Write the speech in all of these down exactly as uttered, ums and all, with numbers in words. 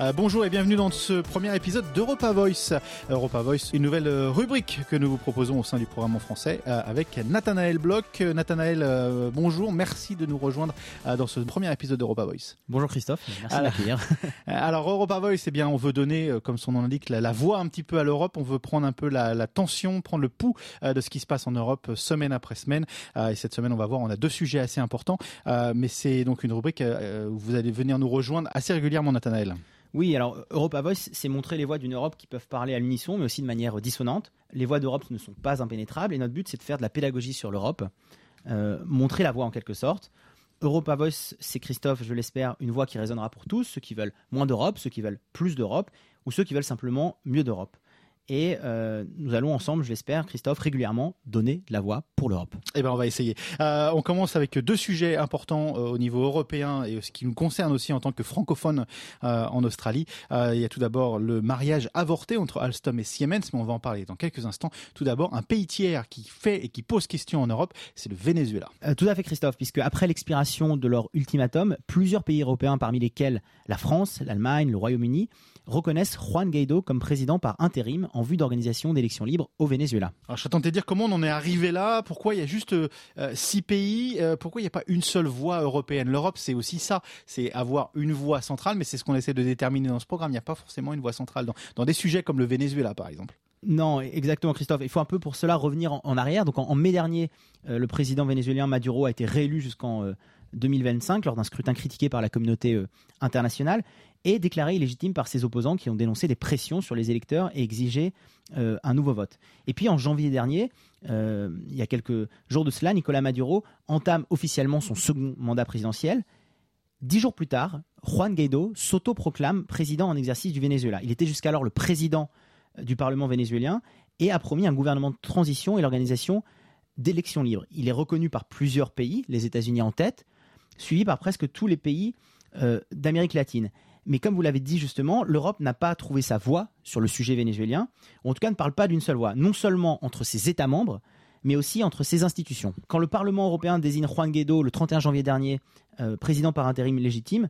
Euh, bonjour et bienvenue dans ce premier épisode d'Europa Voice. Europa Voice, une nouvelle rubrique que nous vous proposons au sein du programme en français euh, avec Nathanaël Bloch. Nathanaël, euh, bonjour, merci de nous rejoindre euh, dans ce premier épisode d'Europa Voice. Bonjour Christophe, merci de m'accueillir. Alors Europa Voice, eh bien, on veut donner, euh, comme son nom l'indique, la, la voix un petit peu à l'Europe. On veut prendre un peu la, la tension, prendre le pouls euh, de ce qui se passe en Europe euh, semaine après semaine. Euh, et cette semaine, on va voir, on a deux sujets assez importants. Euh, mais c'est donc une rubrique euh, où vous allez venir nous rejoindre assez régulièrement, Nathanaël. Oui, alors Europa Voice, c'est montrer les voix d'une Europe qui peuvent parler à l'unisson, mais aussi de manière dissonante. Les voix d'Europe ne sont pas impénétrables et notre but, c'est de faire de la pédagogie sur l'Europe, euh, montrer la voix en quelque sorte. Europa Voice, c'est Christophe, je l'espère, une voix qui résonnera pour tous, ceux qui veulent moins d'Europe, ceux qui veulent plus d'Europe, ou ceux qui veulent simplement mieux d'Europe. Et euh, nous allons ensemble, je l'espère, Christophe, régulièrement donner de la voix pour l'Europe. Eh ben, on va essayer. Euh, on commence avec deux sujets importants euh, au niveau européen et ce qui nous concerne aussi en tant que francophones euh, en Australie. Euh, il y a tout d'abord le mariage avorté entre Alstom et Siemens, mais on va en parler dans quelques instants. Tout d'abord, un pays tiers qui fait et qui pose question en Europe, c'est le Venezuela. Euh, tout à fait, Christophe, puisque après l'expiration de leur ultimatum, plusieurs pays européens, parmi lesquels la France, l'Allemagne, le Royaume-Uni, reconnaissent Juan Guaidó comme président par intérim en vue d'organisation d'élections libres au Venezuela. Alors, je tentais de dire comment on en est arrivé là, pourquoi il y a juste euh, six pays, euh, pourquoi il n'y a pas une seule voix européenne. L'Europe, c'est aussi ça, c'est avoir une voix centrale, mais c'est ce qu'on essaie de déterminer dans ce programme. Il n'y a pas forcément une voix centrale dans, dans des sujets comme le Venezuela, par exemple. Non, exactement, Christophe. Il faut un peu pour cela revenir en, en arrière. Donc en, en mai dernier, euh, le président vénézuélien Maduro a été réélu jusqu'en euh, deux mille vingt-cinq lors d'un scrutin critiqué par la communauté euh, internationale et déclaré illégitime par ses opposants qui ont dénoncé des pressions sur les électeurs et exigé euh, un nouveau vote. Et puis en janvier dernier, euh, il y a quelques jours de cela, Nicolás Maduro entame officiellement son second mandat présidentiel. Dix jours plus tard, Juan Guaidó s'autoproclame président en exercice du Venezuela. Il était jusqu'alors le président du Parlement vénézuélien et a promis un gouvernement de transition et l'organisation d'élections libres. Il est reconnu par plusieurs pays, les États-Unis en tête, suivi par presque tous les pays euh, d'Amérique latine. Mais comme vous l'avez dit justement, l'Europe n'a pas trouvé sa voix sur le sujet vénézuélien, ou en tout cas ne parle pas d'une seule voix, non seulement entre ses États membres, mais aussi entre ses institutions. Quand le Parlement européen désigne Juan Guaidó le trente et un janvier dernier euh, président par intérim légitime,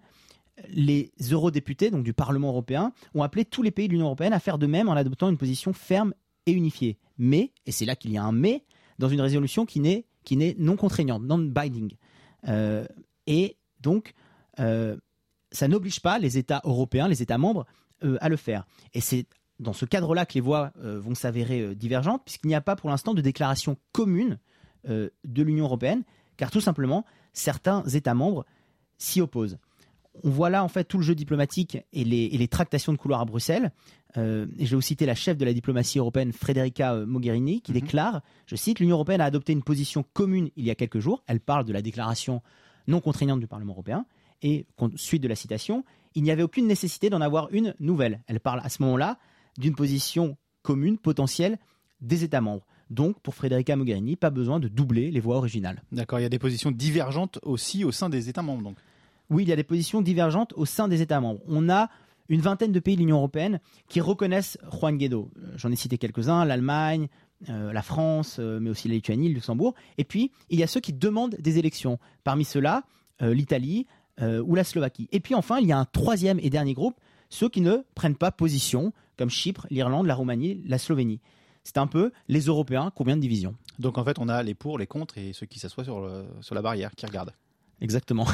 les eurodéputés, donc du Parlement européen, ont appelé tous les pays de l'Union européenne à faire de même en adoptant une position ferme et unifiée. Mais, et c'est là qu'il y a un mais, dans une résolution qui n'est, qui n'est non contraignante, non-binding. Euh, et donc, euh, ça n'oblige pas les États européens, les États membres, euh, à le faire. Et c'est dans ce cadre-là que les voix euh, vont s'avérer euh, divergentes, puisqu'il n'y a pas pour l'instant de déclaration commune euh, de l'Union européenne, car tout simplement, certains États membres s'y opposent. On voit là en fait tout le jeu diplomatique et les, et les tractations de couloir à Bruxelles. Euh, et je vais vous citer la chef de la diplomatie européenne, Federica Mogherini, qui mm-hmm. déclare, je cite, « L'Union européenne a adopté une position commune il y a quelques jours ». Elle parle de la déclaration non contraignante du Parlement européen. Et suite de la citation, « Il n'y avait aucune nécessité d'en avoir une nouvelle ». Elle parle à ce moment-là d'une position commune potentielle des États membres. Donc, pour Federica Mogherini, pas besoin de doubler les voix originales. D'accord, il y a des positions divergentes aussi au sein des États membres, donc. Oui, il y a des positions divergentes au sein des États membres. On a une vingtaine de pays de l'Union européenne qui reconnaissent Juan Guaidó. J'en ai cité quelques-uns, l'Allemagne, euh, la France, euh, mais aussi la Lituanie, le Luxembourg. Et puis, il y a ceux qui demandent des élections. Parmi ceux-là, euh, l'Italie euh, ou la Slovaquie. Et puis enfin, il y a un troisième et dernier groupe, ceux qui ne prennent pas position, comme Chypre, l'Irlande, la Roumanie, la Slovénie. C'est un peu les Européens, combien de divisions. Donc en fait, on a les pour, les contre et ceux qui s'assoient sur, le, sur la barrière, qui regardent. Exactement.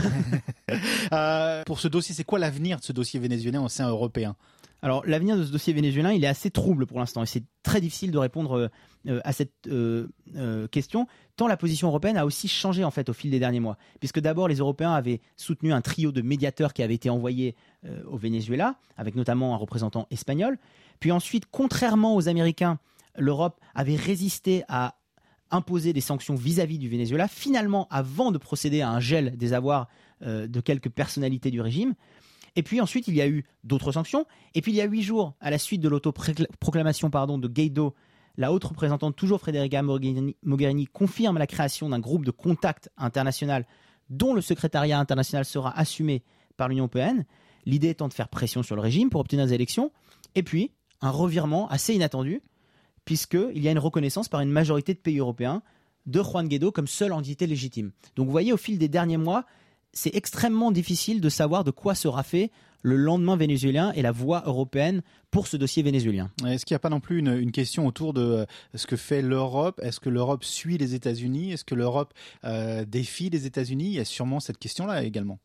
euh, pour ce dossier, c'est quoi l'avenir de ce dossier vénézuélien au sein européen ? Alors, l'avenir de ce dossier vénézuélien, il est assez trouble pour l'instant et c'est très difficile de répondre euh, à cette euh, euh, question, tant la position européenne a aussi changé en fait au fil des derniers mois. Puisque d'abord, les Européens avaient soutenu un trio de médiateurs qui avait été envoyé euh, au Venezuela, avec notamment un représentant espagnol. Puis ensuite, contrairement aux Américains, l'Europe avait résisté à imposer des sanctions vis-à-vis du Venezuela, finalement avant de procéder à un gel des avoirs euh, de quelques personnalités du régime. Et puis ensuite, il y a eu d'autres sanctions. Et puis il y a huit jours, à la suite de l'autoproclamation pardon, de Guaidó, la haute représentante, toujours Federica Mogherini, Mogherini, confirme la création d'un groupe de contact international dont le secrétariat international sera assumé par l'Union européenne. L'idée étant de faire pression sur le régime pour obtenir des élections. Et puis, un revirement assez inattendu, puisqu'il y a une reconnaissance par une majorité de pays européens de Juan Guaidó comme seule entité légitime. Donc vous voyez, au fil des derniers mois, c'est extrêmement difficile de savoir de quoi sera fait le lendemain vénézuélien et la voie européenne pour ce dossier vénézuélien. Est-ce qu'il n'y a pas non plus une, une question autour de ce que fait l'Europe ? Est-ce que l'Europe suit les États-Unis ? Est-ce que l'Europe euh, défie les États-Unis ? Il y a sûrement cette question-là également.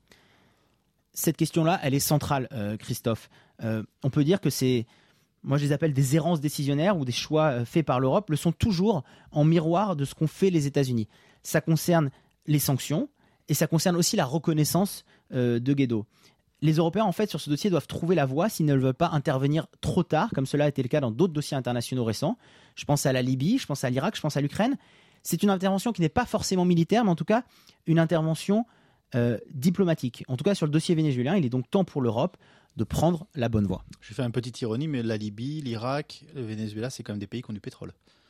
Cette question-là, elle est centrale, euh, Christophe. Euh, on peut dire que c'est, moi je les appelle des errances décisionnaires ou des choix faits par l'Europe, le sont toujours en miroir de ce qu'ont fait les États-Unis. Ça concerne les sanctions et ça concerne aussi la reconnaissance euh, de Guaidó. Les Européens, en fait, sur ce dossier, doivent trouver la voie s'ils ne veulent pas intervenir trop tard, comme cela a été le cas dans d'autres dossiers internationaux récents. Je pense à la Libye, je pense à l'Irak, je pense à l'Ukraine. C'est une intervention qui n'est pas forcément militaire, mais en tout cas, une intervention euh, diplomatique. En tout cas, sur le dossier vénézuélien, il est donc temps pour l'Europe de prendre la bonne voie. Je vais faire une petite ironie, mais la Libye, l'Irak, le Venezuela, c'est quand même des pays qui ont du pétrole.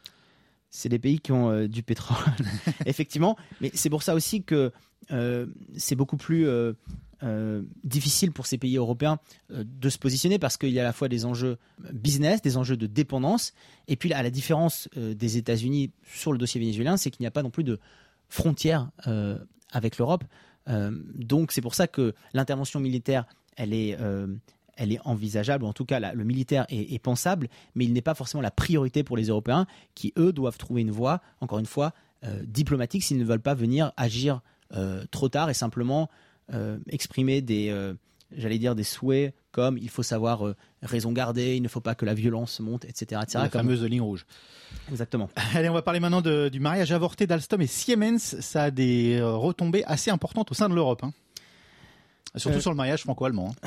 C'est des pays qui ont euh, du pétrole, effectivement. Mais c'est pour ça aussi que euh, c'est beaucoup plus euh, euh, difficile pour ces pays européens euh, de se positionner parce qu'il y a à la fois des enjeux business, des enjeux de dépendance. Et puis, à la différence euh, des États-Unis sur le dossier vénézuélien, c'est qu'il n'y a pas non plus de frontières euh, avec l'Europe. Euh, donc, c'est pour ça que l'intervention militaire, elle est... Euh, elle est envisageable, ou en tout cas la, le militaire est, est pensable, mais il n'est pas forcément la priorité pour les Européens qui, eux, doivent trouver une voie, encore une fois, euh, diplomatique s'ils ne veulent pas venir agir euh, trop tard et simplement euh, exprimer des, euh, j'allais dire, des souhaits comme il faut savoir euh, raison garder, il ne faut pas que la violence monte, et cetera et cetera. La comme... fameuse ligne rouge. Exactement. Allez, on va parler maintenant de, du mariage avorté d'Alstom et Siemens. Ça a des euh, retombées assez importantes au sein de l'Europe, hein. Surtout euh, sur le mariage franco-allemand. Hein.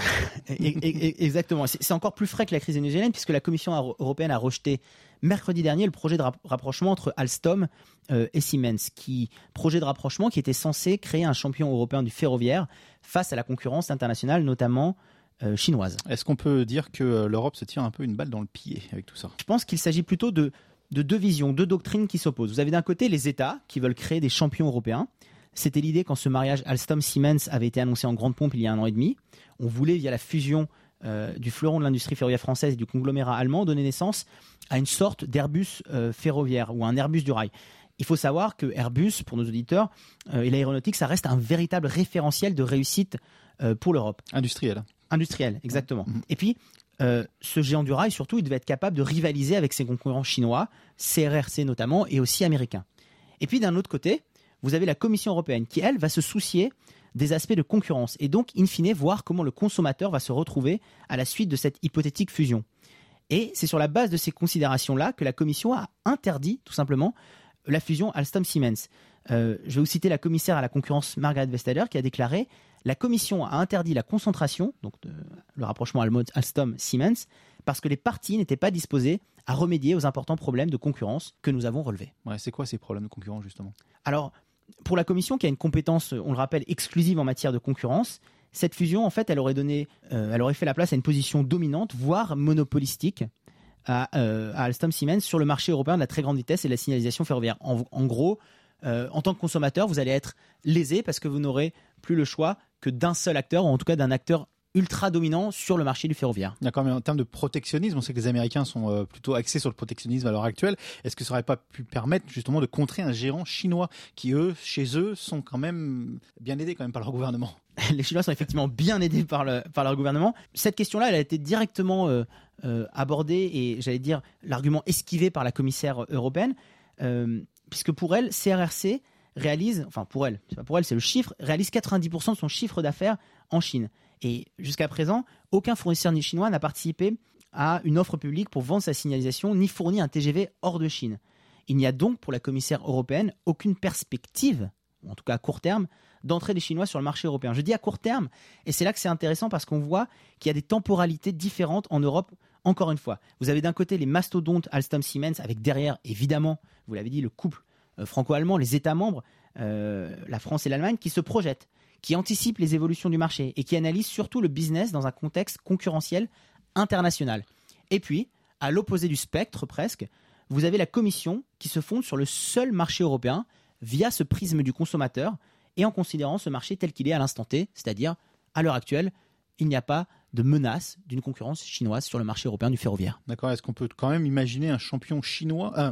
Exactement. C'est encore plus frais que la crise vénézuélienne puisque la Commission européenne a rejeté mercredi dernier le projet de rapprochement entre Alstom euh, et Siemens, qui, projet de rapprochement qui était censé créer un champion européen du ferroviaire face à la concurrence internationale, notamment euh, chinoise. Est-ce qu'on peut dire que l'Europe se tire un peu une balle dans le pied avec tout ça ? Je pense qu'il s'agit plutôt de, de deux visions, deux doctrines qui s'opposent. Vous avez d'un côté les États qui veulent créer des champions européens. C'était l'idée quand ce mariage Alstom-Siemens avait été annoncé en grande pompe il y a un an et demi. On voulait, via la fusion euh, du fleuron de l'industrie ferroviaire française et du conglomérat allemand, donner naissance à une sorte d'Airbus euh, ferroviaire ou un Airbus du rail. Il faut savoir que Airbus, pour nos auditeurs, euh, et l'aéronautique, ça reste un véritable référentiel de réussite euh, pour l'Europe. Industriel. Industriel, exactement. Mmh. Et puis, euh, ce géant du rail, surtout, il devait être capable de rivaliser avec ses concurrents chinois, C R R C notamment, et aussi américains. Et puis, d'un autre côté, vous avez la Commission européenne qui, elle, va se soucier des aspects de concurrence et donc, in fine, voir comment le consommateur va se retrouver à la suite de cette hypothétique fusion. Et c'est sur la base de ces considérations-là que la Commission a interdit, tout simplement, la fusion Alstom-Siemens. Euh, je vais vous citer la commissaire à la concurrence Margrethe Vestager qui a déclaré « La Commission a interdit la concentration, donc de, le rapprochement Alstom-Siemens, parce que les parties n'étaient pas disposées à remédier aux importants problèmes de concurrence que nous avons relevés. » Ouais, c'est quoi ces problèmes de concurrence, justement ? Alors, pour la Commission, qui a une compétence, on le rappelle, exclusive en matière de concurrence, cette fusion, en fait, elle aurait, donné, euh, elle aurait fait la place à une position dominante, voire monopolistique, à, euh, à Alstom-Siemens sur le marché européen de la très grande vitesse et de la signalisation ferroviaire. En, en gros, euh, en tant que consommateur, vous allez être lésé parce que vous n'aurez plus le choix que d'un seul acteur, ou en tout cas d'un acteur ultra dominant sur le marché du ferroviaire. D'accord, mais en termes de protectionnisme, on sait que les Américains sont euh, plutôt axés sur le protectionnisme à l'heure actuelle. Est-ce que ça n'aurait pas pu permettre justement de contrer un géant chinois qui, eux, chez eux, sont quand même bien aidés quand même par leur gouvernement ? Les Chinois sont effectivement bien aidés par, le, par leur gouvernement. Cette question-là, elle a été directement euh, euh, abordée et, j'allais dire, l'argument esquivé par la commissaire européenne, euh, puisque pour elle, C R R C réalise, enfin pour elle, c'est pas pour elle, c'est le chiffre, réalise quatre-vingt-dix pour cent de son chiffre d'affaires en Chine. Et jusqu'à présent, aucun fournisseur ni chinois n'a participé à une offre publique pour vendre sa signalisation ni fourni un T G V hors de Chine. Il n'y a donc pour la commissaire européenne aucune perspective, ou en tout cas à court terme, d'entrée des Chinois sur le marché européen. Je dis à court terme, et c'est là que c'est intéressant parce qu'on voit qu'il y a des temporalités différentes en Europe. Encore une fois, vous avez d'un côté les mastodontes Alstom-Siemens avec derrière, évidemment, vous l'avez dit, le couple euh, franco-allemand, les États membres, euh, la France et l'Allemagne, qui se projettent, qui anticipent les évolutions du marché et qui analysent surtout le business dans un contexte concurrentiel international. Et puis, à l'opposé du spectre presque, vous avez la Commission qui se fonde sur le seul marché européen via ce prisme du consommateur et en considérant ce marché tel qu'il est à l'instant T, c'est-à-dire à l'heure actuelle, il n'y a pas de menace d'une concurrence chinoise sur le marché européen du ferroviaire. D'accord, est-ce qu'on peut quand même imaginer un champion chinois, euh,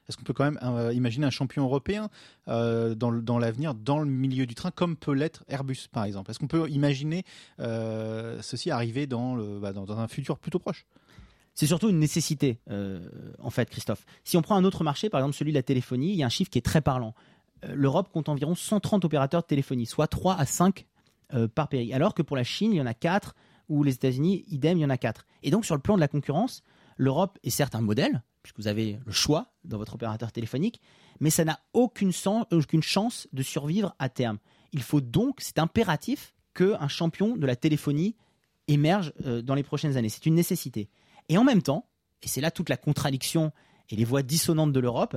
Est-ce qu'on peut quand même euh, imaginer un champion européen euh, dans, dans l'avenir, dans le milieu du train, comme peut l'être Airbus, par exemple? Est-ce qu'on peut imaginer euh, ceci arriver dans, le, bah, dans, dans un futur plutôt proche? C'est surtout une nécessité, euh, en fait, Christophe. Si on prend un autre marché, par exemple celui de la téléphonie, il y a un chiffre qui est très parlant. Euh, L'Europe compte environ cent trente opérateurs de téléphonie, soit trois à cinq euh, par pays. Alors que pour la Chine, il y en a quatre, ou les États-Unis, idem, il y en a quatre. Et donc, sur le plan de la concurrence, l'Europe est certes un modèle, puisque vous avez le choix dans votre opérateur téléphonique, mais ça n'a aucune, sens, aucune chance de survivre à terme. Il faut donc, c'est impératif, qu'un champion de la téléphonie émerge euh, dans les prochaines années. C'est une nécessité. Et en même temps, et c'est là toute la contradiction et les voix dissonantes de l'Europe,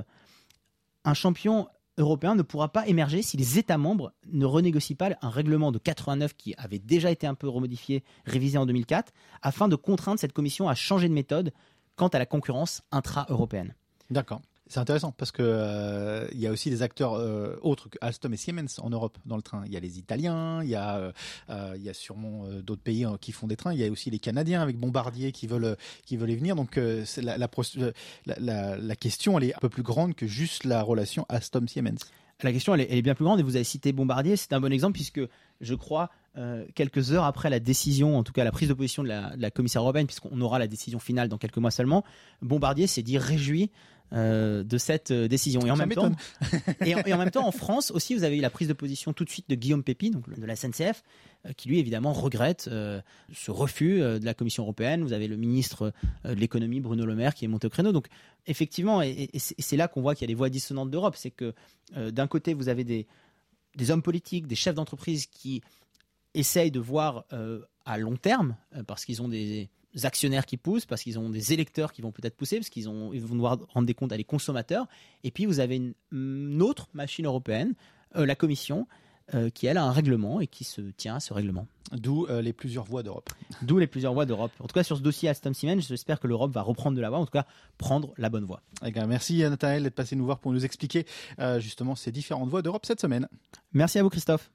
un champion européen ne pourra pas émerger si les États membres ne renégocient pas un règlement de quatre-vingt-neuf qui avait déjà été un peu remodifié, révisé en deux mille quatre, afin de contraindre cette commission à changer de méthode quant à la concurrence intra-européenne. D'accord. C'est intéressant parce que euh, il y a aussi des acteurs euh, autres que Alstom et Siemens en Europe dans le train. Il y a les Italiens, il y a euh, euh, il y a sûrement euh, d'autres pays euh, qui font des trains. Il y a aussi les Canadiens avec Bombardier qui veulent qui veulent y venir. Donc euh, c'est la, la, la, la, la question elle est un peu plus grande que juste la relation Alstom-Siemens. La question elle est, elle est bien plus grande et vous avez cité Bombardier. C'est un bon exemple puisque je crois euh, quelques heures après la décision, en tout cas la prise de position de la, de la commissaire européenne, puisqu'on aura la décision finale dans quelques mois seulement, Bombardier s'est dit réjoui Euh, de cette euh, décision. Et en, même temps, et, en, et en même temps, en France aussi, vous avez eu la prise de position tout de suite de Guillaume Pépi, donc de la S N C F, euh, qui lui évidemment regrette euh, ce refus euh, de la Commission européenne. Vous avez le ministre euh, de l'économie, Bruno Le Maire, qui est monté au créneau. Donc effectivement, et, et c'est là qu'on voit qu'il y a des voix dissonantes d'Europe. C'est que euh, d'un côté, vous avez des, des hommes politiques, des chefs d'entreprise qui essayent de voir euh, à long terme, euh, parce qu'ils ont des actionnaires qui poussent, parce qu'ils ont des électeurs qui vont peut-être pousser, parce qu'ils ont, ils vont devoir rendre des comptes à les consommateurs. Et puis, vous avez une, une autre machine européenne, euh, la Commission, euh, qui, elle, a un règlement et qui se tient à ce règlement. D'où euh, les plusieurs voix d'Europe. D'où les plusieurs voix d'Europe. En tout cas, sur ce dossier Alstom Siemens, j'espère que l'Europe va reprendre de la voie, en tout cas, prendre la bonne voie. Eh bien, merci Nathanaël d'être passé nous voir pour nous expliquer euh, justement ces différentes voix d'Europe cette semaine. Merci à vous, Christophe.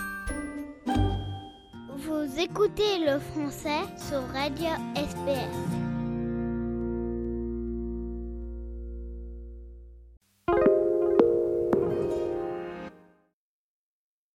Vous écoutez le français sur Radio S B S.